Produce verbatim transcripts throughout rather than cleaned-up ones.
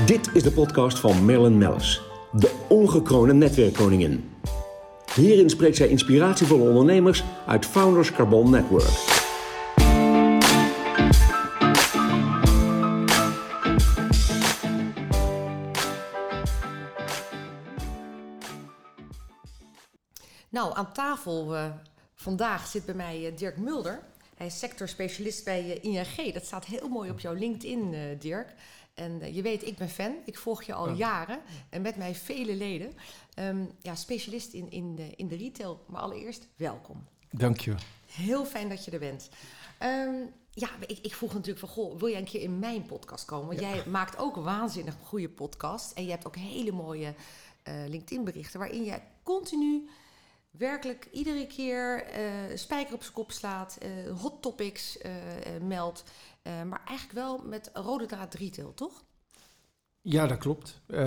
Dit is de podcast van Marilyn Mellis, de ongekroonde netwerkkoningin. Hierin spreekt zij inspiratievolle ondernemers uit Founders Carbon Network. Nou, aan tafel uh, vandaag zit bij mij uh, Dirk Mulder. Hij is sectorspecialist bij uh, I N G. Dat staat heel mooi op jouw LinkedIn, uh, Dirk. En uh, je weet, ik ben fan. Ik volg je al oh. jaren. En met mij vele leden. Um, ja, specialist in, in, de, in de retail. Maar allereerst, welkom. Dank je. Heel fijn dat je er bent. Um, ja, ik, ik vroeg natuurlijk van, goh, wil jij een keer in mijn podcast komen? Want ja. jij maakt ook waanzinnig goede podcast. En je hebt ook hele mooie uh, LinkedIn-berichten waarin je continu werkelijk iedere keer uh, spijker op zijn kop slaat, uh, hot topics uh, uh, meldt. Uh, maar eigenlijk wel met rode draad retail, toch? Ja, dat klopt. Uh,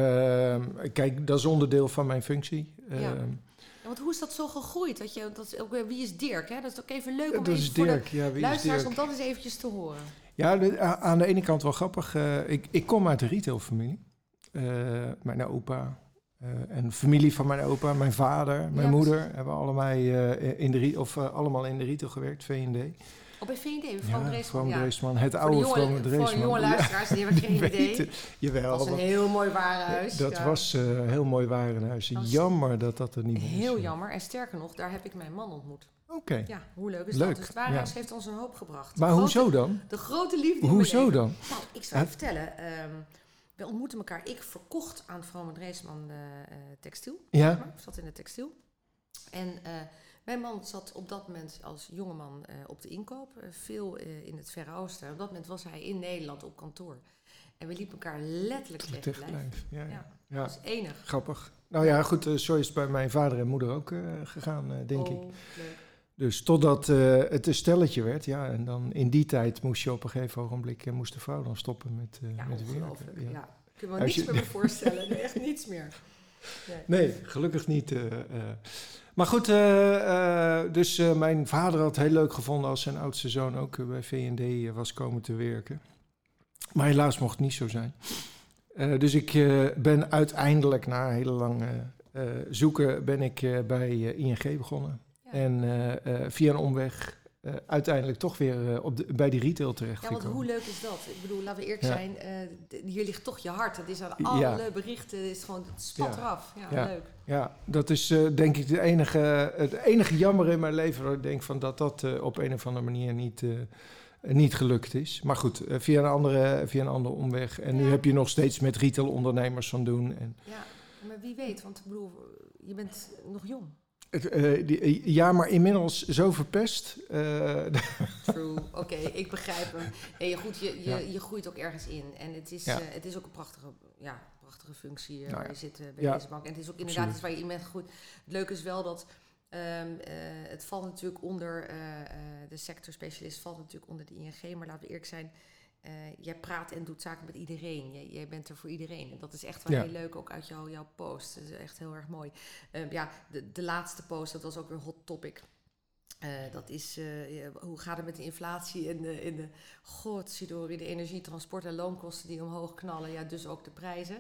kijk, dat is onderdeel van mijn functie. Uh, ja. Ja, want hoe is dat zo gegroeid? Dat je, dat is ook, wie is Dirk? Hè? Dat is ook even leuk om dat even is voor Dirk. de Ja, wie luisteraars is Dirk? om dat eens eventjes te horen. Ja, de, aan de ene kant wel grappig. Uh, ik, ik kom uit de retailfamilie. Uh, mijn opa uh, en familie van mijn opa, mijn vader, mijn ja, moeder precies. hebben allebei uh, in de of uh, allemaal in de retail gewerkt, V en D. Op bij V en D, Vroom ja, Dreesman. Ja, Dreesman, het voor oude de jonge, Vroom Dreesman. Voor de jonge luisteraars, die hebben geen idee. Jawel. Dat was een heel mooi warenhuis. Dat ja. was een uh, heel mooi warenhuis. Jammer dat dat er niet meer is. Heel jammer. En sterker nog, daar heb ik mijn man ontmoet. Oké. Okay. Ja, hoe leuk is leuk. dat? Dus het warenhuis ja. heeft ons een hoop gebracht. Maar de hoezo grote, dan? De grote liefde. Hoezo dan? Nou, ik zal je vertellen. Um, we ontmoeten elkaar. Ik verkocht aan Vroom Dreesman uh, uh, textiel. Ja. Ik zat in de textiel. En uh, mijn man zat op dat moment als jongeman uh, op de inkoop. Uh, veel uh, in het Verre Oosten. Op dat moment was hij in Nederland op kantoor. En we liepen elkaar letterlijk tegen het lijf. Ja, ja. ja, ja. dat is enig. Grappig. Nou ja, goed. Uh, zo is het bij mijn vader en moeder ook uh, gegaan, uh, denk oh, ik. Leuk. Dus totdat uh, het een stelletje werd, ja, en dan in die tijd moest je op een gegeven ogenblik, uh, moest de vrouw dan stoppen met, uh, ja, met werken. Ja, ja. Ik kan me Als niets je, meer me voorstellen, nee, echt niets meer. Nee, nee gelukkig niet. Uh, uh. Maar goed, uh, uh, dus uh, mijn vader had het heel leuk gevonden als zijn oudste zoon ook uh, bij V en D uh, was komen te werken. Maar helaas mocht het niet zo zijn. Uh, dus ik uh, ben uiteindelijk, na een hele lange uh, zoeken, ben ik uh, bij uh, I N G begonnen. Ja. En uh, uh, via een omweg uh, uiteindelijk toch weer uh, op de, bij die retail terechtgekomen. Ja, want hoe leuk is dat? Ik bedoel, laten we eerlijk ja. zijn, uh, de, hier ligt toch je hart. Het is aan alle ja. berichten, het is gewoon, het spat ja. eraf. Ja, ja. leuk. Ja, dat is uh, denk ik de enige, het enige jammer in mijn leven, waar ik denk van dat dat uh, op een of andere manier niet... Uh, niet gelukt is. Maar goed, uh, via, een andere, via een andere omweg. En ja. nu heb je nog steeds met retailondernemers van doen. En ja, maar wie weet, want ik bedoel, je bent nog jong. Het, uh, die, ja, maar inmiddels zo verpest. Uh, True, oké, okay, ik begrijp hem. Nee, goed, je, je, ja. je groeit ook ergens in. En het is, ja. uh, het is ook een prachtige, ja, prachtige functie uh, nou, waar je zit uh, bij ja. deze bank. En het is ook inderdaad iets waar je in bent gegroeid. Het leuke is wel dat... Um, uh, het valt natuurlijk onder, uh, uh, de sectorspecialist valt natuurlijk onder de I N G, maar laten we eerlijk zijn, uh, jij praat en doet zaken met iedereen. Jij, jij bent er voor iedereen. En dat is echt wel ja. heel leuk, ook uit jou, jouw post. Dat is echt heel erg mooi. Uh, ja, de, de laatste post, dat was ook weer een hot topic. Uh, dat is, uh, ja, hoe gaat het met de inflatie en de, in de godsidori, de energie, transport en loonkosten die omhoog knallen. Ja, dus ook de prijzen.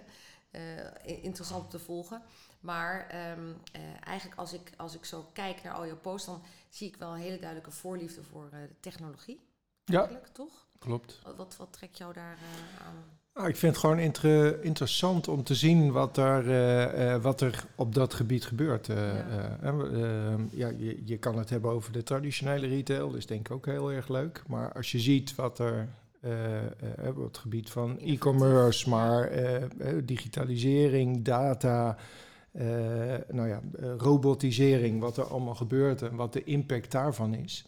Uh, interessant om te volgen. Maar um, uh, eigenlijk als ik, als ik zo kijk naar al jouw posts, dan zie ik wel een hele duidelijke voorliefde voor uh, de technologie. Eigenlijk, ja, toch? Klopt. Wat, wat, wat trekt jou daar uh, aan? Nou, ik vind het gewoon inter- interessant om te zien wat er, uh, uh, wat er op dat gebied gebeurt. Uh, ja. Uh, uh, uh, ja, je, je kan het hebben over de traditionele retail, dat is denk ik ook heel erg leuk. Maar als je ziet wat er... Uh, uh, op het gebied van e-commerce, maar uh, uh, digitalisering, data, uh, nou ja, uh, robotisering, wat er allemaal gebeurt en wat de impact daarvan is.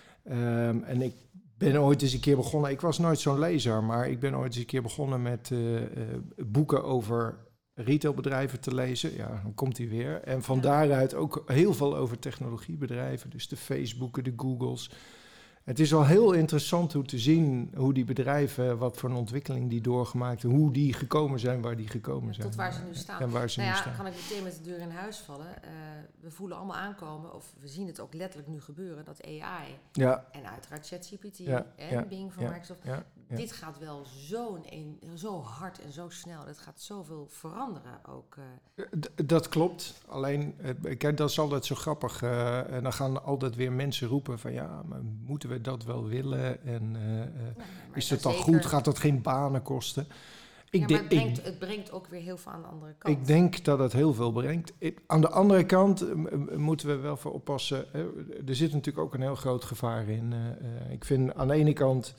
Um, en ik ben ooit eens een keer begonnen, ik was nooit zo'n lezer, maar ik ben ooit eens een keer begonnen met uh, uh, boeken over retailbedrijven te lezen. Ja, dan komt hij weer. En van daaruit ook heel veel over technologiebedrijven, dus de Facebooken, de Googles. Het is wel heel interessant hoe te zien hoe die bedrijven, wat voor een ontwikkeling die doorgemaakt, hoe die gekomen zijn waar die gekomen ja, zijn. Tot waar ze nu staan. En waar ze nou nu ja, staan. kan ik meteen met de deur in huis vallen. Uh, we voelen allemaal aankomen, of we zien het ook letterlijk nu gebeuren, dat A I ja. en uiteraard ChatGPT ja, en ja, Bing van ja, Microsoft. Ja, ja. Dit gaat wel zo'n een, zo hard en zo snel. Dat gaat zoveel veranderen ook. Uh. D- dat klopt. Alleen, uh, kijk, dat is altijd zo grappig. Uh, en dan gaan altijd weer mensen roepen van ja, maar moeten we dat wel willen? En uh, uh, ja, is het dan goed? Gaat dat geen banen kosten? Ik ja, maar het brengt, ik, het brengt ook weer heel veel aan de andere kant. Ik denk dat het heel veel brengt. Ik, aan de andere kant uh, moeten we wel voor oppassen. Uh, er zit natuurlijk ook een heel groot gevaar in. Uh, uh, ik vind aan de ene kant...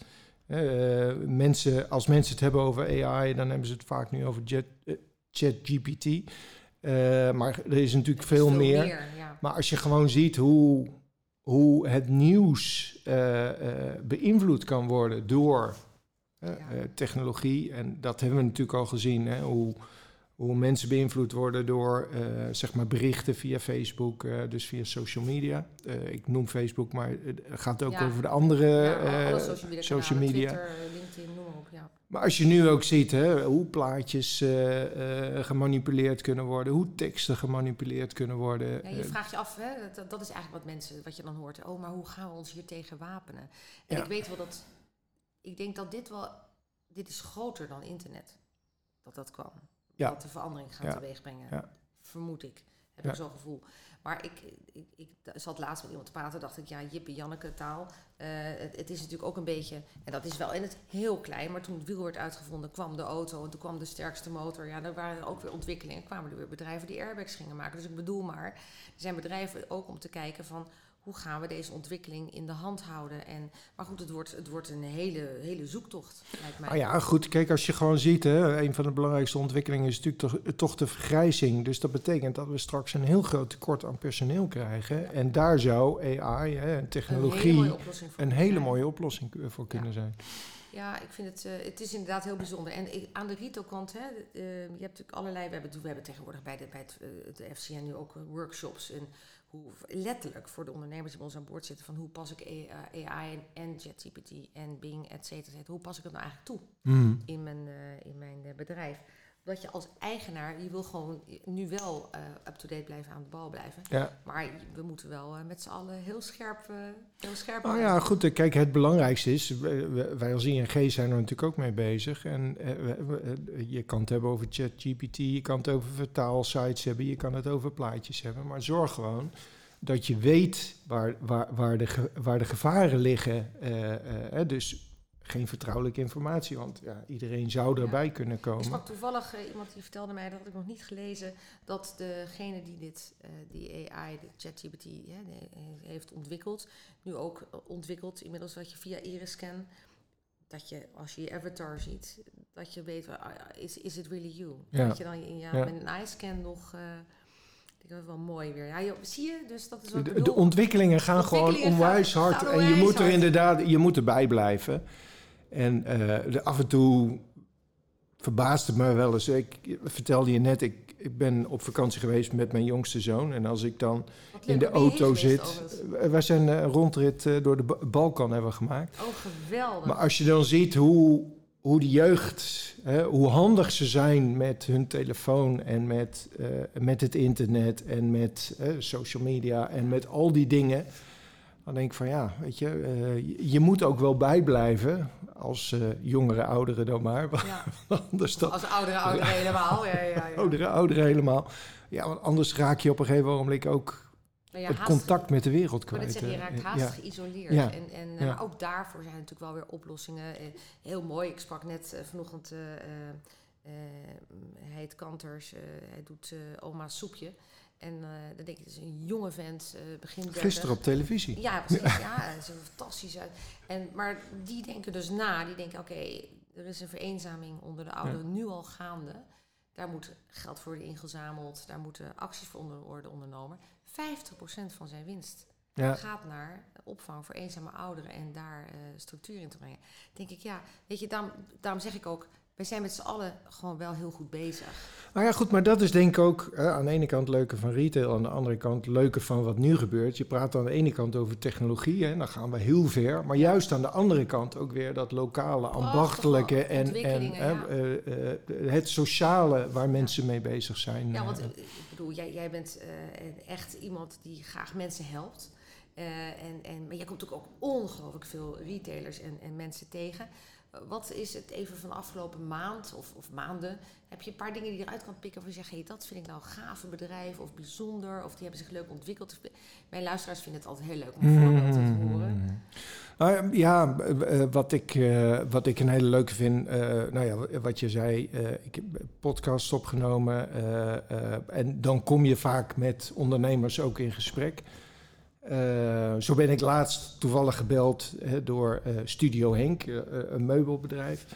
Uh, mensen, als mensen het hebben over A I, dan hebben ze het vaak nu over Jet, uh, ChatGPT. Uh, maar er is natuurlijk veel, veel meer. meer ja. Maar als je gewoon ziet hoe, hoe het nieuws uh, uh, beïnvloed kan worden door uh, ja. uh, technologie. En dat hebben we natuurlijk al gezien. Hè, hoe, hoe mensen beïnvloed worden door uh, zeg maar berichten via Facebook, uh, dus via social media. Uh, ik noem Facebook, maar het gaat ook ja. over de andere ja, uh, social media. Social kanalen, media. Twitter, LinkedIn, noem maar op, ja. Maar als je nu ook ziet hè, hoe plaatjes uh, uh, gemanipuleerd kunnen worden, hoe teksten gemanipuleerd kunnen worden. Ja, je vraagt je af, hè, dat, dat is eigenlijk wat mensen, wat je dan hoort. Oh, maar hoe gaan we ons hier tegen wapenen? En ja. ik weet wel dat, ik denk dat dit wel, dit is groter dan internet, dat dat kwam. Ja. Dat de verandering gaat ja. teweeg brengen. Ja. Vermoed ik. Heb ja. ik zo'n gevoel. Maar ik, ik, ik zat laatst met iemand te praten. Dacht ik, ja, Jippe Janneke taal. Uh, het, het is natuurlijk ook een beetje... En dat is wel in het heel klein. Maar toen het wiel werd uitgevonden, kwam de auto. En toen kwam de sterkste motor. Ja, er waren ook weer ontwikkelingen. En kwamen er weer bedrijven die airbags gingen maken. Dus ik bedoel maar... Er zijn bedrijven ook om te kijken van... Hoe gaan we deze ontwikkeling in de hand houden? En, maar goed, het wordt, het wordt een hele, hele zoektocht, lijkt mij. Ah ja, goed. Kijk, als je gewoon ziet... Hè, een van de belangrijkste ontwikkelingen is natuurlijk toch, toch de vergrijzing. Dus dat betekent dat we straks een heel groot tekort aan personeel krijgen. Ja. En daar zou A I hè, en technologie... Een hele mooie oplossing voor, een hele mooie oplossing voor kunnen ja. zijn. Ja, ik vind het... Uh, het is inderdaad heel bijzonder. En ik, aan de retailkant, hè, uh, je hebt natuurlijk allerlei... We hebben, we hebben tegenwoordig bij de, bij het, uh, de F C N nu ook uh, workshops... En, hoe letterlijk voor de ondernemers die bij ons aan boord zitten... van hoe pas ik A I en ChatGPT en Bing, et cetera, hoe pas ik het nou eigenlijk toe mm. in mijn, uh, in mijn uh, bedrijf. Dat je als eigenaar, je wil gewoon nu wel uh, up-to-date blijven, aan de bal blijven. Ja. Maar we moeten wel uh, met z'n allen heel scherp uh, heel scherp Nou ja, goed, kijk, het belangrijkste is... wij als I N G zijn er natuurlijk ook mee bezig. En uh, je kan het hebben over ChatGPT, je kan het over vertaalsites hebben... je kan het over plaatjes hebben. Maar zorg gewoon dat je weet waar, waar, waar, de, waar de gevaren liggen. Uh, uh, dus... Geen vertrouwelijke informatie, want ja, iedereen zou erbij ja. kunnen komen. Ik sprak toevallig uh, iemand die vertelde mij, dat had ik nog niet gelezen... dat degene die dit, uh, die A I, de ChatGPT, ja, heeft ontwikkeld... nu ook ontwikkelt inmiddels dat je via iris-scan... dat je, als je je avatar ziet, dat je weet... Uh, is, is it really you? Ja. Dat je dan in, ja, ja. met een eye-scan nog... Uh, ik vind het wel mooi weer. Ja, joh, zie je? Dus dat is wat de, de ontwikkelingen gaan de ontwikkelingen gewoon onwijs gaan, hard. Gaan onwijs en je moet er inderdaad, je moet erbij blijven... En uh, de, af en toe verbaast het me wel eens. Ik vertelde je net, ik, ik ben op vakantie geweest met mijn jongste zoon. En als ik dan in de auto zit... Wij zijn een rondrit uh, door de ba- Balkan hebben we gemaakt. Oh, geweldig. Maar als je dan ziet hoe, hoe de jeugd... Hè, hoe handig ze zijn met hun telefoon en met, uh, met het internet... en met uh, social media en met al die dingen... Dan denk ik van ja, weet je, uh, je moet ook wel bijblijven als uh, jongere ouderen dan maar. Ja. Anders dat, als oudere ouderen helemaal. Ja, ja, ja. Oudere ouderen helemaal. Ja, want anders raak je op een gegeven moment ook nou ja, het haast, contact met de wereld kwijt. Zeggen, je raakt haast ja. geïsoleerd. Ja. En, en, ja. Maar ook daarvoor zijn natuurlijk wel weer oplossingen. Uh, heel mooi, ik sprak net uh, vanochtend, uh, uh, hij heet Kanters, uh, hij doet uh, oma's soepje. En uh, dan denk ik, het is een jonge vent, uh, begin dertig. Gisteren op televisie. Ja, precies. Ja, het ziet er fantastisch uit. En, maar die denken dus na, die denken, oké, okay, er is een vereenzaming onder de ouderen ja. nu al gaande. Daar moet geld voor worden ingezameld, daar moeten acties voor onder, worden ondernomen. vijftig procent van zijn winst ja. gaat naar opvang voor eenzame ouderen en daar uh, structuur in te brengen. Denk ik, ja, weet je, daarom, daarom zeg ik ook, wij zijn met z'n allen gewoon wel heel goed bezig. Nou ja, goed, maar dat is denk ik ook eh, aan de ene kant leuke van retail, aan de andere kant leuke van wat nu gebeurt. Je praat aan de ene kant over technologie, hè, dan gaan we heel ver. Maar juist aan de andere kant ook weer dat lokale, ambachtelijke en, en ja. uh, uh, uh, het sociale waar mensen mee bezig zijn. Ja, want uh, ik bedoel, jij, jij bent uh, echt iemand die graag mensen helpt. Uh, en, en, maar jij komt ook ongelooflijk veel retailers en, en mensen tegen. Wat is het even van de afgelopen maand of, of maanden? Heb je een paar dingen die je eruit kan pikken waar je zegt, hey, dat vind ik nou een gave bedrijf of bijzonder, of die hebben zich leuk ontwikkeld. Mijn luisteraars vinden het altijd heel leuk om voorbeelden te horen. Nou ja, wat ik, uh, wat ik een hele leuke vind, uh, nou ja, wat je zei, uh, ik heb podcasts opgenomen uh, uh, en dan kom je vaak met ondernemers ook in gesprek. Uh, zo ben ik laatst toevallig gebeld he, door uh, Studio Henk, uh, een meubelbedrijf,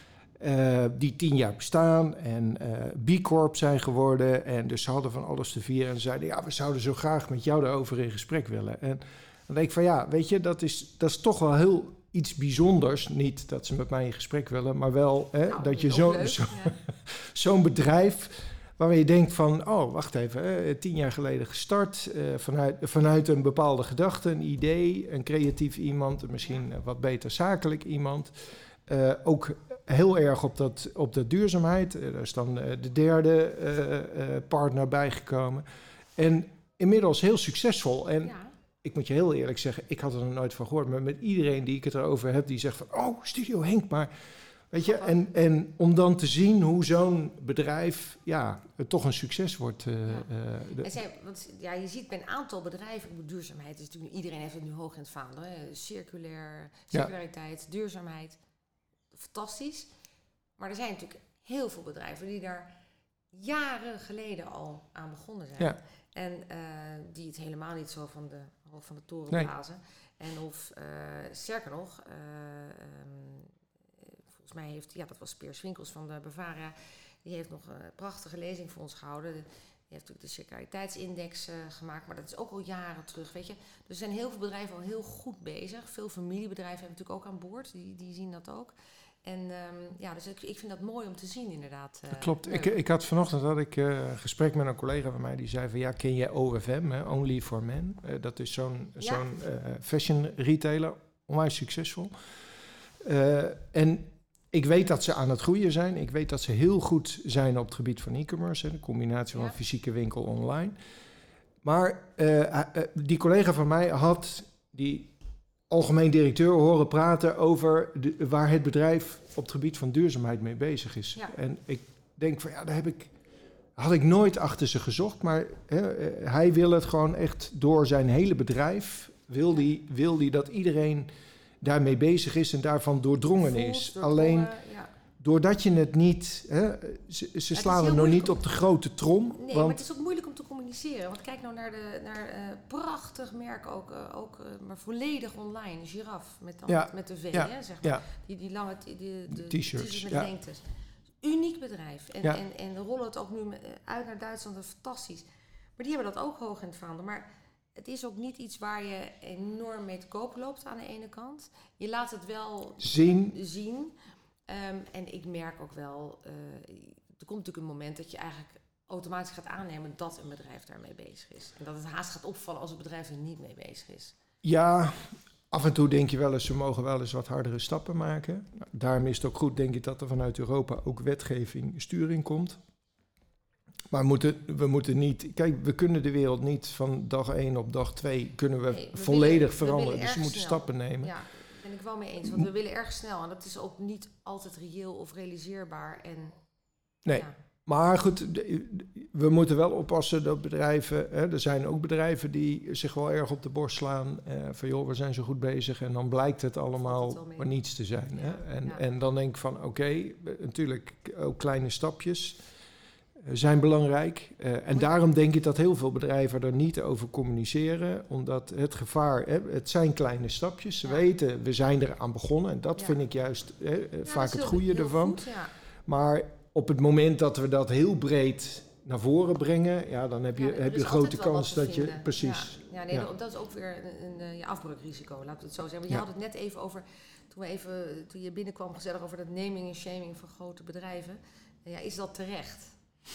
uh, die tien jaar bestaan en uh, B Corp zijn geworden. En dus ze hadden van alles te vieren en zeiden, ja, we zouden zo graag met jou daarover in gesprek willen. En dan denk ik van, ja, weet je, dat is, dat is toch wel heel iets bijzonders. Niet dat ze met mij in gesprek willen, maar wel hè, nou, dat je zo, zo, ja. zo'n bedrijf... Waarvan je denkt van, oh, wacht even, hè, tien jaar geleden gestart, uh, vanuit, vanuit een bepaalde gedachte, een idee, een creatief iemand, misschien uh, wat beter zakelijk iemand. Uh, ook heel erg op dat, op dat duurzaamheid. Uh, daar is dan uh, de derde uh, uh, partner bijgekomen. En inmiddels heel succesvol. En ja. ik moet je heel eerlijk zeggen, ik had er nog nooit van gehoord, maar met iedereen die ik het erover heb, die zegt van, oh, Studio Henk, maar... Weet je, en, en om dan te zien hoe zo'n bedrijf ja, toch een succes wordt. Uh, ja. uh, de... en zij, want, ja, je ziet bij een aantal bedrijven, duurzaamheid is natuurlijk, iedereen heeft het nu hoog in het vaandel. Hè? Circulair, circulariteit, ja. duurzaamheid, fantastisch. Maar er zijn natuurlijk heel veel bedrijven die daar jaren geleden al aan begonnen zijn. Ja. En uh, die het helemaal niet zo van de hoog van de toren nee. blazen. En of, uh, sterker nog... Uh, um, Volgens mij heeft, ja, dat was Peer Swinkels van de Bavaria, die heeft nog een prachtige lezing voor ons gehouden. Die heeft natuurlijk de circulariteitsindex uh, gemaakt, maar dat is ook al jaren terug, weet je. Dus er zijn heel veel bedrijven al heel goed bezig. Veel familiebedrijven hebben natuurlijk ook aan boord, die, die zien dat ook. En um, ja, dus ik, ik vind dat mooi om te zien inderdaad. Uh, Klopt. Ik, ik had vanochtend had ik uh, een gesprek met een collega van mij die zei van ja, ken je O F M, hè? Only for Men? Uh, dat is zo'n, ja. zo'n uh, fashion retailer, onwijs succesvol. Uh, en ik weet dat ze aan het groeien zijn. Ik weet dat ze heel goed zijn op het gebied van e-commerce. Hè, de combinatie van ja. fysieke winkel online. Maar uh, uh, die collega van mij had die algemeen directeur horen praten over de, waar het bedrijf op het gebied van duurzaamheid mee bezig is. Ja. En ik denk van ja, daar heb ik, had ik nooit achter ze gezocht. Maar hè, uh, hij wil het gewoon echt door zijn hele bedrijf. Wil die, wil die dat iedereen daarmee bezig is en daarvan doordrongen Voelt, is. Doordrongen, Alleen ja. doordat je het niet... Hè, ze ze ja, slaan het nog niet op de grote trom. Nee, want, maar het is ook moeilijk om te communiceren. Want kijk nou naar de naar uh, prachtig merk ook, uh, ook uh, maar volledig online. Giraf met, dan, ja, met de V, ja, hè, zeg maar. Ja. Die, die lange die, die, de t-shirts, t-shirts met ja. lengtes. Uniek bedrijf. En, ja. en, en rollen het ook nu uit naar Duitsland. Dat is fantastisch. Maar die hebben dat ook hoog in het vaandel. Maar het is ook niet iets waar je enorm mee te koop loopt aan de ene kant. Je laat het wel zien. zien. Um, en ik merk ook wel, uh, er komt natuurlijk een moment dat je eigenlijk automatisch gaat aannemen dat een bedrijf daarmee bezig is. En dat het haast gaat opvallen als het bedrijf er niet mee bezig is. Ja, af en toe denk je wel eens, ze mogen wel eens wat hardere stappen maken. Nou, daarom is het ook goed, denk ik, dat er vanuit Europa ook wetgeving, sturing komt. Maar we moeten, we moeten niet... Kijk, we kunnen de wereld niet van dag één op dag twee... kunnen we, nee, we volledig willen, veranderen. We dus we moeten snel. stappen nemen. Ja, daar ben ik wel mee eens. Want we willen erg snel. En dat is ook niet altijd reëel of realiseerbaar. En, nee, ja. maar goed, we moeten wel oppassen dat bedrijven... Hè, er zijn ook bedrijven die zich wel erg op de borst slaan. Eh, van joh, we zijn zo goed bezig. En dan blijkt het allemaal maar niets te zijn. Ja, hè? En, ja. en dan denk ik van, oké, okay, natuurlijk ook kleine stapjes... zijn belangrijk. Uh, en daarom denk ik dat heel veel bedrijven er niet over communiceren. Omdat het gevaar... Hè, het zijn kleine stapjes. Ze ja. weten, we zijn eraan begonnen. En dat ja. vind ik juist hè, ja, vaak het goede heel ervan. Goed, ja. Maar op het moment dat we dat heel breed naar voren brengen... ja, dan heb je, ja, heb je grote kans dat vinden. je... Precies. Ja, ja, nee, ja. dat is ook weer een, een, een afbreukrisico, laten we het zo zeggen. Want je ja. had het net even over... toen, we even, toen je binnenkwam gezellig over dat naming en shaming van grote bedrijven. Ja, is dat terecht?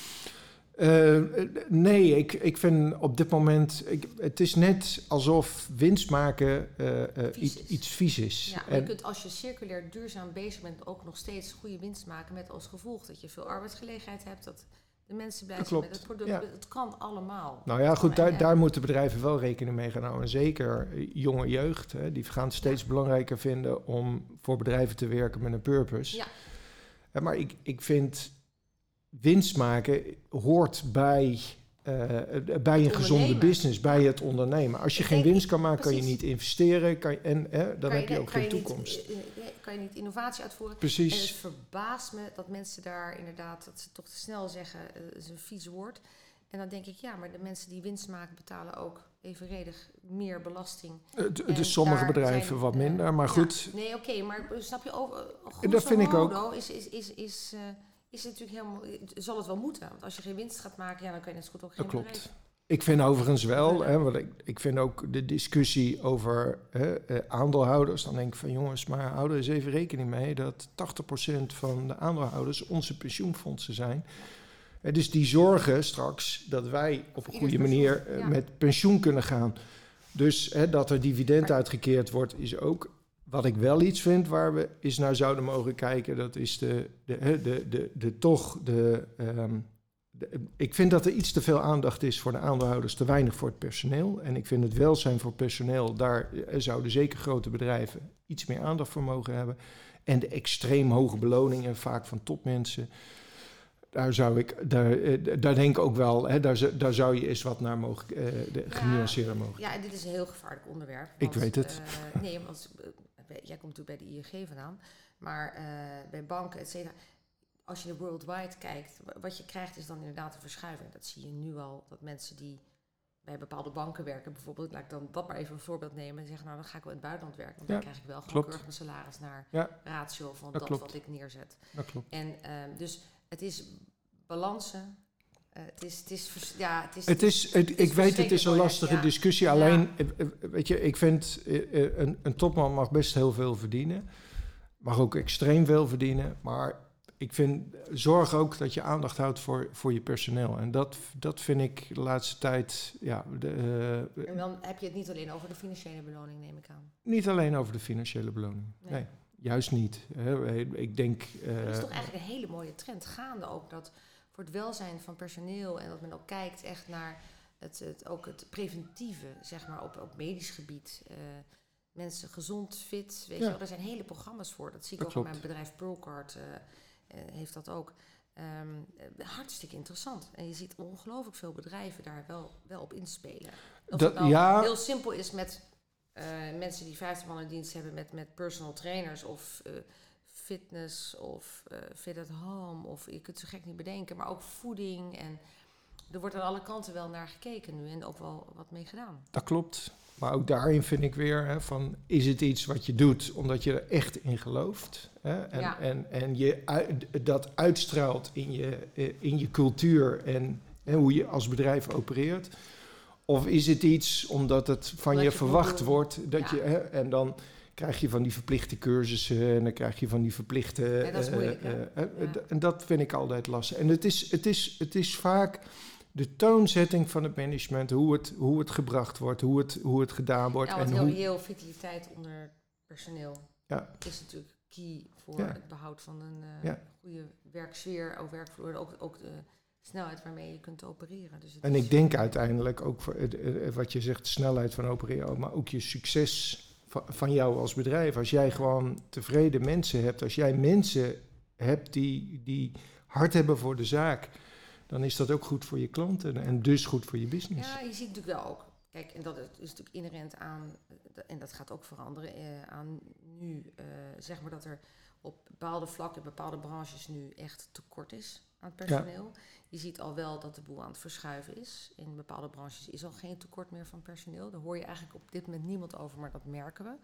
Uh, nee, ik, ik vind op dit moment... Ik, het is net alsof winst maken uh, uh, vies iets, iets vies is. Ja, maar en, je kunt als je circulair duurzaam bezig bent... ook nog steeds goede winst maken met als gevolg... dat je veel arbeidsgelegenheid hebt... dat de mensen blij zijn met het product. Ja. Het kan allemaal. Nou ja, goed, daar, daar moeten bedrijven wel rekening mee gaan houden. En zeker jonge jeugd, hè, die gaan het steeds ja. belangrijker vinden... om voor bedrijven te werken met een purpose. Ja. Ja, maar ik, ik vind... winst maken hoort bij, uh, bij een gezonde business, bij ja. het ondernemen. Als je ik geen denk, winst kan maken, precies. kan je niet investeren kan je, en uh, dan kan heb je, je ook geen toekomst. Niet, kan je niet innovatie uitvoeren. Precies. En het verbaast me dat mensen daar inderdaad, dat ze toch te snel zeggen, dat uh, is een vies woord. En dan denk ik, ja, maar de mensen die winst maken betalen ook evenredig meer belasting. Uh, dus sommige bedrijven zijn, wat minder, uh, maar ja, goed. Nee, oké, okay, maar snap je, over, goed dat vind ik ook. Is, is, is, is, uh, is het natuurlijk helemaal, zal het wel moeten. Want als je geen winst gaat maken, ja, dan kan je net zo goed ook geen dat klopt. bedrijf. Ik vind overigens wel, hè, want ik, ik vind ook de discussie over hè, uh, aandeelhouders. Dan denk ik van jongens, maar hou er eens even rekening mee dat tachtig procent van de aandeelhouders onze pensioenfondsen zijn. Uh, dus die zorgen straks dat wij op een goede manier uh, ja. met pensioen kunnen gaan. Dus hè, dat er dividend maar, uitgekeerd wordt is ook... Wat ik wel iets vind waar we eens naar zouden mogen kijken, dat is de, de, de, de, de, de toch de, um, de... Ik vind dat er iets te veel aandacht is voor de aandeelhouders, te weinig voor het personeel. En ik vind het welzijn voor personeel, daar zouden zeker grote bedrijven iets meer aandacht voor mogen hebben. En de extreem hoge beloningen, vaak van topmensen, daar zou ik, daar, daar denk ik ook wel, hè, daar, daar zou je eens wat naar mogen, uh, de, ja, genuanceerder mogen. Ja, en dit is een heel gevaarlijk onderwerp. Want, ik weet het. Uh, nee, want jij komt natuurlijk bij de I N G vandaan, maar uh, bij banken, et cetera. Als je naar worldwide kijkt, wat je krijgt is dan inderdaad een verschuiving. Dat zie je nu al, dat mensen die bij bepaalde banken werken, bijvoorbeeld, laat ik dan dat maar even een voorbeeld nemen en zeggen, nou dan ga ik wel in het buitenland werken, want ja, dan krijg ik wel gewoon keurig mijn salaris naar ja, ratio van dat, dat wat ik neerzet. Dat klopt. En uh, dus het is balansen. Uh, het is, het is, ja, het is, het is, het, het is ik weet, het is een lastige ja. discussie. Ja. Alleen, weet je, ik vind, een, een topman mag best heel veel verdienen. Mag ook extreem veel verdienen. Maar ik vind, zorg ook dat je aandacht houdt voor, voor je personeel. En dat, dat vind ik de laatste tijd, ja... De, uh, en dan heb je het niet alleen over de financiële beloning, neem ik aan. Niet alleen over de financiële beloning, nee. nee juist niet. Hè. Ik denk... Uh, dat is toch eigenlijk een hele mooie trend gaande ook, dat... voor het welzijn van personeel en dat men ook kijkt echt naar het, het, ook het preventieve, zeg maar, op, op medisch gebied. Uh, mensen gezond, fit, weet ja. je wel, er zijn hele programma's voor. Dat zie ik dat ook in mijn bedrijf Pearlcard, uh, uh, heeft dat ook. Um, uh, hartstikke interessant. En je ziet ongelooflijk veel bedrijven daar wel, wel op inspelen. Of dat, het nou ja. heel simpel is met uh, mensen die vijftig man in dienst hebben met, met personal trainers of... Uh, fitness of uh, fit at home of je kunt het zo gek niet bedenken, maar ook voeding en er wordt aan alle kanten wel naar gekeken nu en ook wel wat mee gedaan. Dat klopt, maar ook daarin vind ik weer hè, van is het iets wat je doet omdat je er echt in gelooft hè? En, ja. en, en je uit, dat uitstraalt in je, in je cultuur en hè, hoe je als bedrijf opereert, of is het iets omdat het van je, je verwacht wordt dat ja. je hè, en dan krijg je van die verplichte cursussen en dan krijg je van die verplichte... Ja, dat is moeilijk, uh, uh, uh, ja. En dat vind ik altijd lastig. En het is, het is, het is vaak de toonzetting van het management, hoe het, hoe het gebracht wordt, hoe het, hoe het gedaan wordt. Ja, want en heel, hoe... heel vitaliteit onder personeel ja. is natuurlijk key voor ja. het behoud van een uh, ja. goede werksfeer, ook werkvloer, ook, ook de snelheid waarmee je kunt opereren. Dus het en is ik denk uiteindelijk ook, voor, uh, uh, wat je zegt, snelheid van opereren, maar ook je succes... van jou als bedrijf. Als jij gewoon tevreden mensen hebt, als jij mensen hebt die, die hard hebben voor de zaak, dan is dat ook goed voor je klanten en dus goed voor je business. Ja, je ziet natuurlijk wel ook. Kijk, en dat is natuurlijk inherent aan, en dat gaat ook veranderen, eh, aan nu, uh, zeg maar dat er op bepaalde vlakken, bepaalde branches nu echt tekort is aan personeel. Ja. Je ziet al wel dat de boel aan het verschuiven is. In bepaalde branches is al geen tekort meer van personeel. Daar hoor je eigenlijk op dit moment niemand over, maar dat merken we.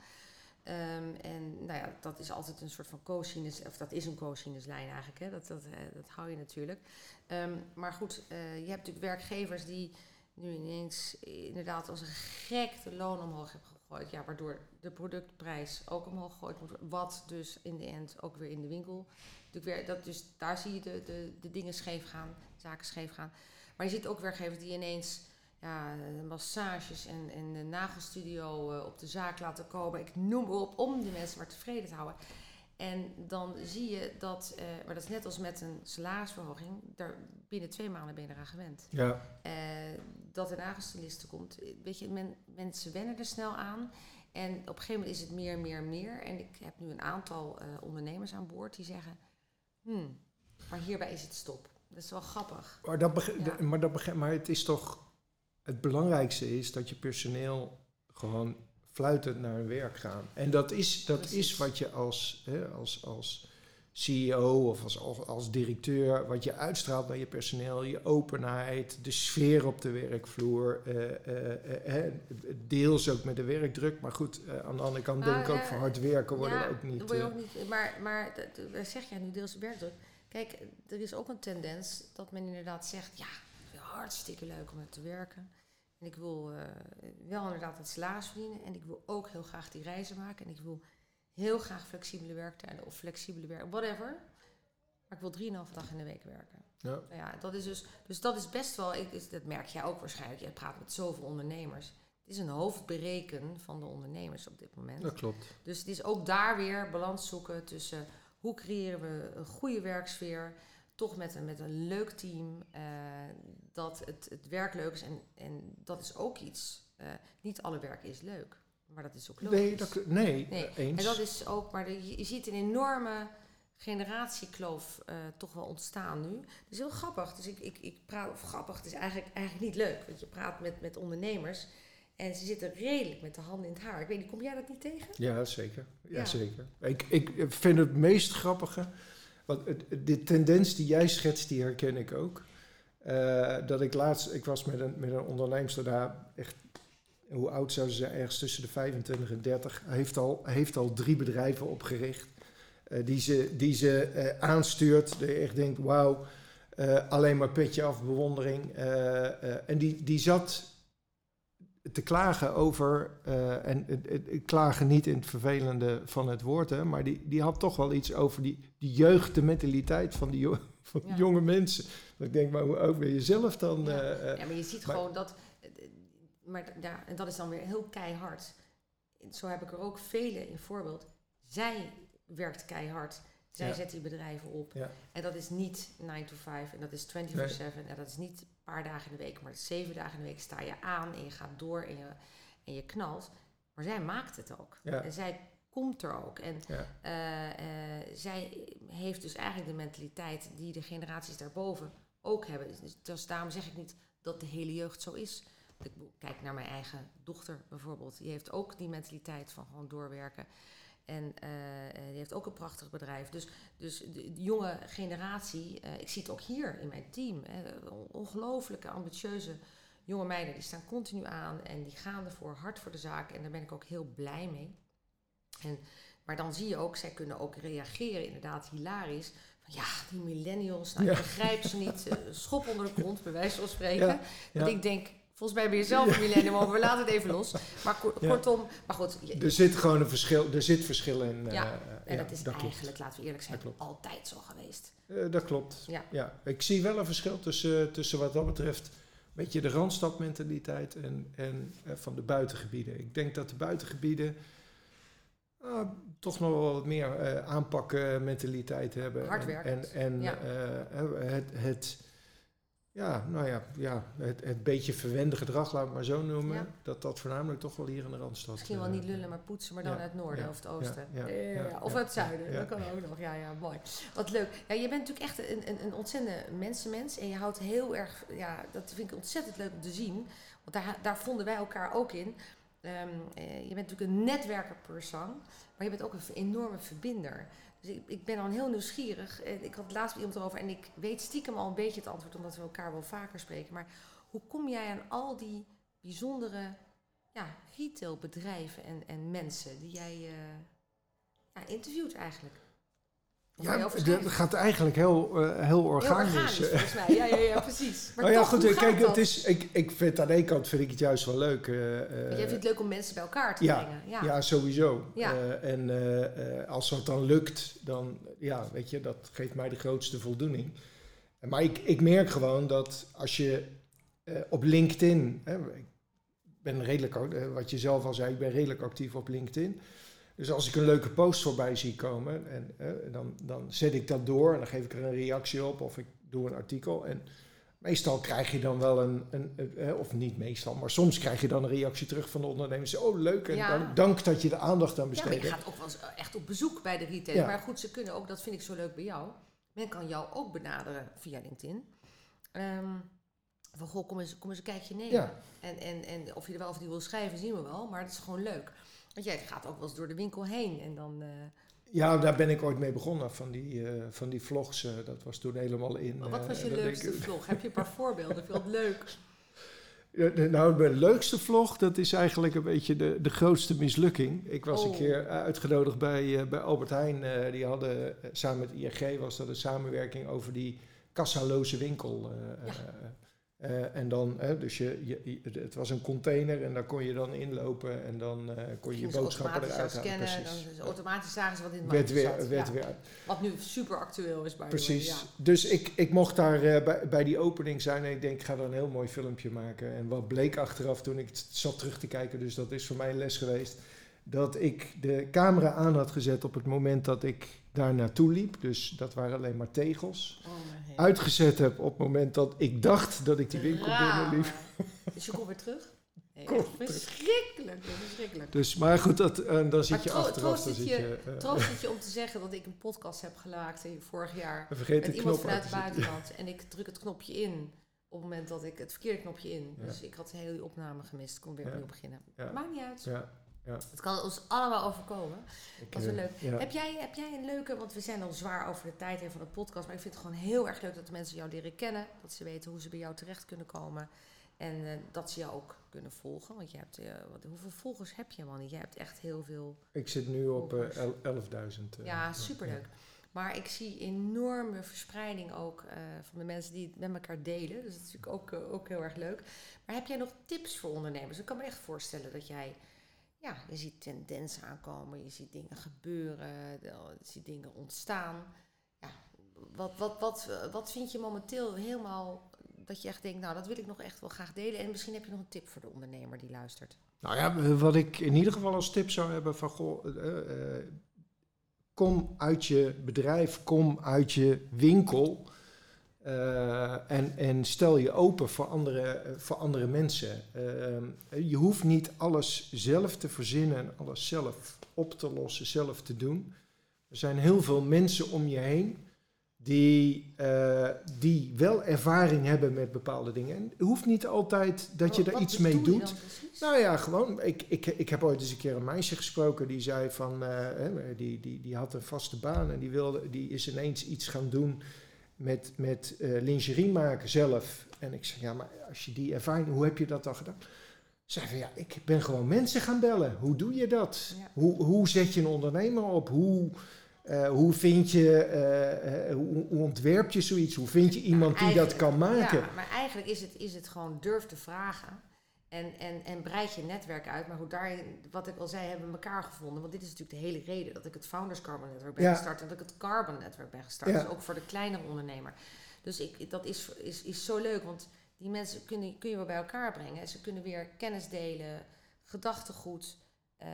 Um, en nou ja, dat is altijd een soort van cosinus, of dat is een cosinuslijn eigenlijk, hè. Dat, dat, uh, dat hou je natuurlijk. Um, maar goed, uh, je hebt natuurlijk werkgevers die nu ineens inderdaad als een gek de loon omhoog hebben gegooid. Ja, waardoor de productprijs ook omhoog gegooid moet worden. Wat dus in de end ook weer in de winkel. Weer, dat dus, daar zie je de, de, de dingen scheef gaan, zaken scheef gaan. Maar je ziet ook werkgevers die ineens ja, massages en, en de nagelstudio uh, op de zaak laten komen. Ik noem maar op, om die mensen maar tevreden te houden. En dan zie je dat, uh, maar dat is net als met een salarisverhoging, daar binnen twee maanden ben je eraan gewend. Ja. Uh, dat een nagelstyliste komt. Weet je, men, mensen wennen er snel aan. En op een gegeven moment is het meer, meer, meer. En ik heb nu een aantal uh, ondernemers aan boord die zeggen, hmm, maar hierbij is het stop. Dat is wel grappig. Maar, dat beg- ja. de, maar, dat beg- maar het is toch, het belangrijkste is dat je personeel gewoon fluitend naar hun werk gaan. En dat is, dat is wat je als, hè, als, als C E O of als, als directeur, wat je uitstraalt naar je personeel, je openheid, de sfeer op de werkvloer, uh, uh, uh, deels ook met de werkdruk. Maar goed, uh, aan de andere kant nou, denk ik ook uh, voor hard werken worden ja, we ook niet... Dat word je Uh, ook niet maar maar dat, dat zeg jij nu, deels werkdruk. Kijk, er is ook een tendens dat men inderdaad zegt, ja, hartstikke leuk om met te werken. En ik wil uh, wel inderdaad het salaris verdienen. En ik wil ook heel graag die reizen maken. En ik wil heel graag flexibele werktijden of flexibele werk, whatever. Maar ik wil drieënhalve dag in de week werken. ja. Nou ja, dat is dus, dus dat is best wel, ik, dat merk jij ook waarschijnlijk. Je praat met zoveel ondernemers. Het is een hoofdbereken van de ondernemers op dit moment. Dat klopt. Dus het is ook daar weer balans zoeken tussen hoe creëren we een goede werksfeer, toch met een, met een leuk team, uh, dat het, het werk leuk is. En, en dat is ook iets, uh, niet alle werk is leuk, maar dat is ook logisch. Nee, dat, nee, nee. eens. En dat is ook, maar de, je, je ziet een enorme generatiekloof uh, toch wel ontstaan nu. Dat is heel grappig. Dus ik, ik, ik praat, of grappig, het is eigenlijk, eigenlijk niet leuk. Want je praat met, met ondernemers en ze zitten redelijk met de handen in het haar. Ik weet niet, kom jij dat niet tegen? Ja, zeker. Ja, ja. zeker. Ik, ik vind het meest grappige, want de tendens die jij schetst, die herken ik ook. Uh, dat ik laatst, ik was met een, met een onderneemster daar, echt, hoe oud zou ze zijn, ergens tussen de vijfentwintig en dertig, heeft al, heeft al drie bedrijven opgericht. Uh, die ze, die ze uh, aanstuurt, dat je echt denkt, wauw, uh, alleen maar petje af, bewondering. Uh, uh, en die, die zat te klagen over, uh, en uh, uh, klagen niet in het vervelende van het woord, hè, maar die, die had toch wel iets over die, die jeugd, de mentaliteit van die, jo- van die ja. jonge mensen. Dat ik denk, maar hoe oud ben je zelf dan? Ja, uh, ja maar je ziet maar, gewoon dat, maar ja, en dat is dan weer heel keihard. Zo heb ik er ook vele in voorbeeld. Zij werkt keihard. Zij ja. zet die bedrijven op. Ja. En dat is niet nine to five en dat is vierentwintig zeven. Nee. En dat is niet een paar dagen in de week, maar zeven dagen in de week sta je aan en je gaat door en je, en je knalt. Maar zij maakt het ook. Ja. En zij komt er ook. En ja. uh, uh, zij heeft dus eigenlijk de mentaliteit die de generaties daarboven ook hebben. Dus, dus daarom zeg ik niet dat de hele jeugd zo is. Ik kijk naar mijn eigen dochter bijvoorbeeld. Die heeft ook die mentaliteit van gewoon doorwerken. En uh, die heeft ook een prachtig bedrijf. Dus, dus de, de jonge generatie, uh, ik zie het ook hier in mijn team. Uh, ongelooflijke, ambitieuze jonge meiden. Die staan continu aan en die gaan ervoor, hard voor de zaak. En daar ben ik ook heel blij mee. En, maar dan zie je ook, zij kunnen ook reageren, inderdaad hilarisch. Van ja, die millennials, nou, ja. ik begrijp ze niet. Uh, schop onder de grond, bij wijze van spreken. Ja, ja. Want ik denk, volgens mij ben je zelf een millennium, maar we laten het even los. Maar ko- ja. kortom, maar goed. Je, er zit gewoon een verschil, er zit verschil in. Ja, uh, en ja, dat is dat eigenlijk, klopt. laten we eerlijk zijn, altijd zo geweest. Uh, dat klopt. Ja. Ja. Ik zie wel een verschil tussen, tussen wat dat betreft, een beetje de randstadmentaliteit en, en uh, van de buitengebieden. Ik denk dat de buitengebieden uh, toch nog wel wat meer uh, aanpakken mentaliteit hebben. Hard werken. En, en, en ja. uh, het... het Ja, nou ja, ja het, het beetje verwende gedrag, laat ik maar zo noemen, ja. dat dat voornamelijk toch wel hier in de Randstad... Misschien wel niet lullen, maar poetsen, maar dan ja, uit het noorden ja, of het oosten. Ja, ja, ja, ja, of uit het zuiden, ja. dat kan ook nog. Ja, ja, mooi. Wat leuk. Ja, je bent natuurlijk echt een, een, een ontzettende mensenmens en je houdt heel erg, ja, dat vind ik ontzettend leuk om te zien, want daar, daar vonden wij elkaar ook in. Um, uh, je bent natuurlijk een netwerker per sang, maar je bent ook een enorme verbinder. Dus ik, ik ben dan heel nieuwsgierig. Ik had het laatst met iemand erover en ik weet stiekem al een beetje het antwoord, omdat we elkaar wel vaker spreken. Maar hoe kom jij aan al die bijzondere ja, retailbedrijven en, en mensen die jij uh, ja, interviewt eigenlijk? Ja, dat gaat eigenlijk heel, uh, heel organisch. Heel organisch, volgens mij. Ja, ja, ja, precies. Maar oh ja, toch, goed, hoe kijk, gaat het is, ik, ik vind aan de ene kant vind ik het juist wel leuk. Uh, jij vindt het leuk om mensen bij elkaar te ja, brengen. Ja, ja sowieso. Ja. Uh, en uh, uh, als dat dan lukt, dan, ja, weet je, dat geeft mij de grootste voldoening. Maar ik, ik merk gewoon dat als je uh, op LinkedIn, hè, ik ben redelijk, uh, wat je zelf al zei, ik ben redelijk actief op LinkedIn. Dus als ik een leuke post voorbij zie komen, en, uh, dan, dan zet ik dat door en dan geef ik er een reactie op of ik doe een artikel. En meestal krijg je dan wel een, een, een of niet meestal, maar soms krijg je dan een reactie terug van de ondernemers. Oh, leuk, en ja. dan, dank dat je de aandacht aan besteedt. Ja, maar je gaat ook wel eens echt op bezoek bij de retailer. Ja. Maar goed, ze kunnen ook, dat vind ik zo leuk bij jou, men kan jou ook benaderen via LinkedIn. Um, van, goh, kom eens, kom eens een kijkje nemen. Ja. En, en, en of je er wel of niet wil schrijven, zien we wel, maar het is gewoon leuk. Want jij gaat ook wel eens door de winkel heen en dan... Uh... Ja, daar ben ik ooit mee begonnen, van die, uh, van die vlogs. Uh, dat was toen helemaal in. Maar wat was je uh, leukste ik... vlog? Heb je een paar voorbeelden? Ik vind het leuk. Ja, de, nou, mijn leukste vlog, dat is eigenlijk een beetje de, de grootste mislukking. Ik was oh. een keer uitgenodigd bij, uh, bij Albert Heijn. Uh, die hadden, uh, samen met I N G was dat een samenwerking over die kassaloze winkel. Uh, ja. uh, Uh, en dan, hè, dus je, je, het was een container en daar kon je dan inlopen en dan uh, kon je je boodschappen eruit halen. Scannen, dan dus automatisch zagen ze wat in het werd weer, zat. Werd ja. weer. Wat nu super actueel is bij Precies. Ja. Dus ik, ik mocht daar uh, bij, bij die opening zijn en ik denk, ik ga dan een heel mooi filmpje maken. En wat bleek achteraf toen ik zat terug te kijken, dus dat is voor mij een les geweest, dat ik de camera aan had gezet op het moment dat ik daar naartoe liep. Dus dat waren alleen maar tegels. Oh, uitgezet heb op het moment dat ik dacht dat ik die winkel Raar. binnenliep. Dus je komt weer terug? Nee, verschrikkelijk, verschrikkelijk. Dus, maar goed, dat, uh, dan zit je tro- achteraf. Troost het je, uh, troost het je om te zeggen dat ik een podcast heb gemaakt vorig jaar. Vergeet met iemand vanuit het buitenland. Ja. En ik druk het knopje in op het moment dat ik het verkeerde knopje in. Ja. Dus ik had de hele opname gemist. Ik kon weer ja. opnieuw beginnen. Ja. Maakt niet uit. Ja. Ja. Het kan ons allemaal overkomen. Ik, dat is wel leuk. Ja. Heb, jij, heb jij een leuke, want we zijn al zwaar over de tijd heen van de podcast, maar ik vind het gewoon heel erg leuk dat de mensen jou leren kennen. Dat ze weten hoe ze bij jou terecht kunnen komen. En uh, dat ze jou ook kunnen volgen. Want je hebt, uh, wat, hoeveel volgers heb je man? Je hebt echt heel veel. Ik zit nu op uh, elfduizend. Uh, ja, superleuk. Ja. Maar ik zie enorme verspreiding ook uh, van de mensen die het met elkaar delen. Dus dat is natuurlijk ook, uh, ook heel erg leuk. Maar heb jij nog tips voor ondernemers? Ik kan me echt voorstellen dat jij... Ja, je ziet tendensen aankomen, je ziet dingen gebeuren, je ziet dingen ontstaan. Ja, wat, wat, wat, wat vind je momenteel helemaal dat je echt denkt, nou dat wil ik nog echt wel graag delen. En misschien heb je nog een tip voor de ondernemer die luistert. Nou ja, wat ik in ieder geval als tip zou hebben van, goh, uh, uh, kom uit je bedrijf, kom uit je winkel. Uh, en, en stel je open voor andere, uh, voor andere mensen. Uh, je hoeft niet alles zelf te verzinnen en alles zelf op te lossen, zelf te doen. Er zijn heel veel mensen om je heen die, uh, die wel ervaring hebben met bepaalde dingen. En het hoeft niet altijd dat je wat, er iets mee doet. Nou ja, gewoon. Ik, ik, ik heb ooit eens een keer een meisje gesproken die zei van, uh, die, die, die had een vaste baan en die, wilde, die is ineens iets gaan doen met, met uh, lingerie maken zelf. En ik zei, ja, maar als je die ervaring, hoe heb je dat dan gedaan? Ze zei van, ja, ik ben gewoon mensen gaan bellen. Hoe doe je dat? Ja. Hoe, hoe zet je een ondernemer op? Hoe, uh, hoe vind je, uh, uh, hoe, hoe ontwerp je zoiets? Hoe vind je iemand die dat kan maken? Ja, maar eigenlijk is het, is het gewoon durf te vragen. En, en, en breid je netwerk uit. Maar hoe daarin, wat ik al zei, hebben we elkaar gevonden. Want dit is natuurlijk de hele reden dat ik het Founders Carbon Network ben ja. gestart. En dat ik het Carbon Network ben gestart. Ja. Dus ook voor de kleinere ondernemer. Dus ik, dat is, is, is zo leuk. Want die mensen kun, kun je wel bij elkaar brengen. En ze kunnen weer kennis delen. Gedachtegoed. Uh,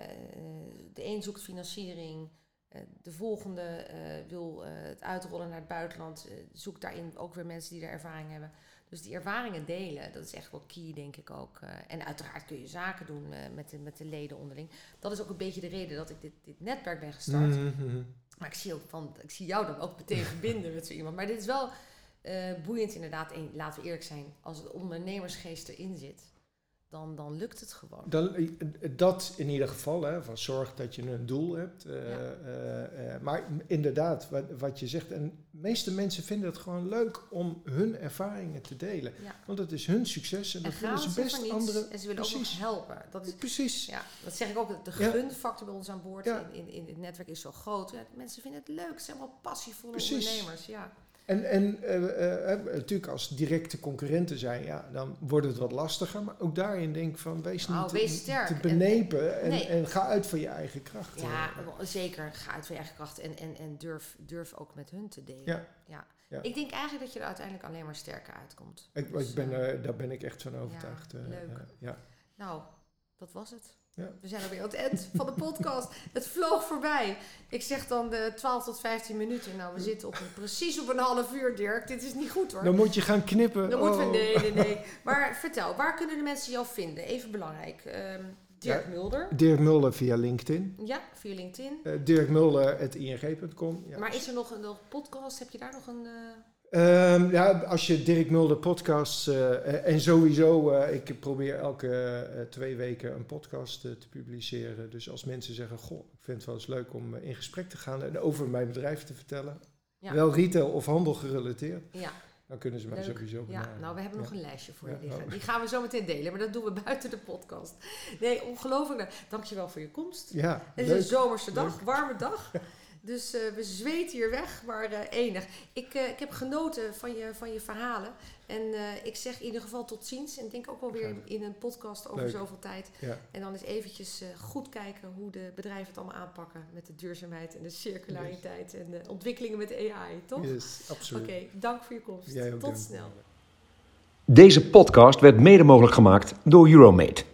de een zoekt financiering. Uh, de volgende uh, wil uh, het uitrollen naar het buitenland. Uh, zoekt daarin ook weer mensen die daar ervaring hebben. Dus die ervaringen delen, dat is echt wel key, denk ik ook. Uh, en uiteraard kun je zaken doen uh, met, de, met de leden onderling. Dat is ook een beetje de reden dat ik dit, dit netwerk ben gestart. Mm-hmm. Maar ik zie, ook van, ik zie jou dan ook meteen verbinden met zo iemand. Maar dit is wel uh, boeiend inderdaad. En laten we eerlijk zijn, als het ondernemersgeest erin zit, dan, dan lukt het gewoon. Dan, dat in ieder geval, hè, van zorg dat je een doel hebt. Uh, ja. uh, uh, maar inderdaad, wat, wat je zegt, en de meeste mensen vinden het gewoon leuk om hun ervaringen te delen. Ja. Want het is hun succes en, en dat willen ze best niets, andere... En ze willen precies. ook nog helpen. Dat is, precies. Ja, dat zeg ik ook, de gunfactor bij ons aan boord ja. in, in, in het netwerk is zo groot. Ja, mensen vinden het leuk, ze zijn wel passievolle precies. ondernemers. Ja. En, en uh, uh, natuurlijk als directe concurrenten zijn, ja, dan wordt het wat lastiger. Maar ook daarin denk ik van, wees niet oh, te, wees te benepen en, nee. en, en ga uit van je eigen kracht. Ja, zeker. Ga uit van je eigen kracht en, en, en durf, durf ook met hun te delen. Ja. Ja. Ja. Ik denk eigenlijk dat je er uiteindelijk alleen maar sterker uitkomt. Ik, dus, ik ben, uh, daar ben ik echt van overtuigd. Ja, uh, leuk. Uh, ja. Nou, dat was het. Ja. We zijn alweer aan het eind van de podcast. Het vloog voorbij. Ik zeg dan de twaalf tot vijftien minuten. Nou, we zitten op een, precies op een half uur, Dirk. Dit is niet goed, hoor. Dan moet je gaan knippen. Dan oh. moeten we, nee, nee, nee. Maar vertel, waar kunnen de mensen jou vinden? Even belangrijk. Um, Dirk ja, Mulder. Dirk Mulder via LinkedIn. Ja, via LinkedIn. Uh, Dirk Mulder at i n g punt com. Ja. Maar is er nog een nog podcast? Heb je daar nog een... Uh... Um, ja, als je Dirk Mulder podcast uh, en sowieso, uh, ik probeer elke uh, twee weken een podcast uh, te publiceren. Dus als mensen zeggen, goh, ik vind het wel eens leuk om uh, in gesprek te gaan en over mijn bedrijf te vertellen. Ja. Wel retail of handel gerelateerd. Ja. Dan kunnen ze mij leuk. sowieso benaderen. Ja, nou, we hebben nog ja. een lijstje voor je ja, liggen. Oh. Die gaan we zo meteen delen, maar dat doen we buiten de podcast. Nee, ongelooflijk. Dankjewel voor je komst. Ja, het is leuk. Een zomerse dag, leuk. warme dag. Dus uh, we zweten hier weg, maar uh, enig. Ik, uh, ik heb genoten van je, van je verhalen. En uh, ik zeg in ieder geval tot ziens. En ik denk ook wel weer in, in een podcast over Leuk. zoveel tijd. Ja. En dan eens eventjes uh, goed kijken hoe de bedrijven het allemaal aanpakken. Met de duurzaamheid en de circulariteit. Yes. En de ontwikkelingen met A I, toch? Yes, absoluut. Oké, okay, dank voor je komst. Tot dank. snel. Deze podcast werd mede mogelijk gemaakt door Euromate.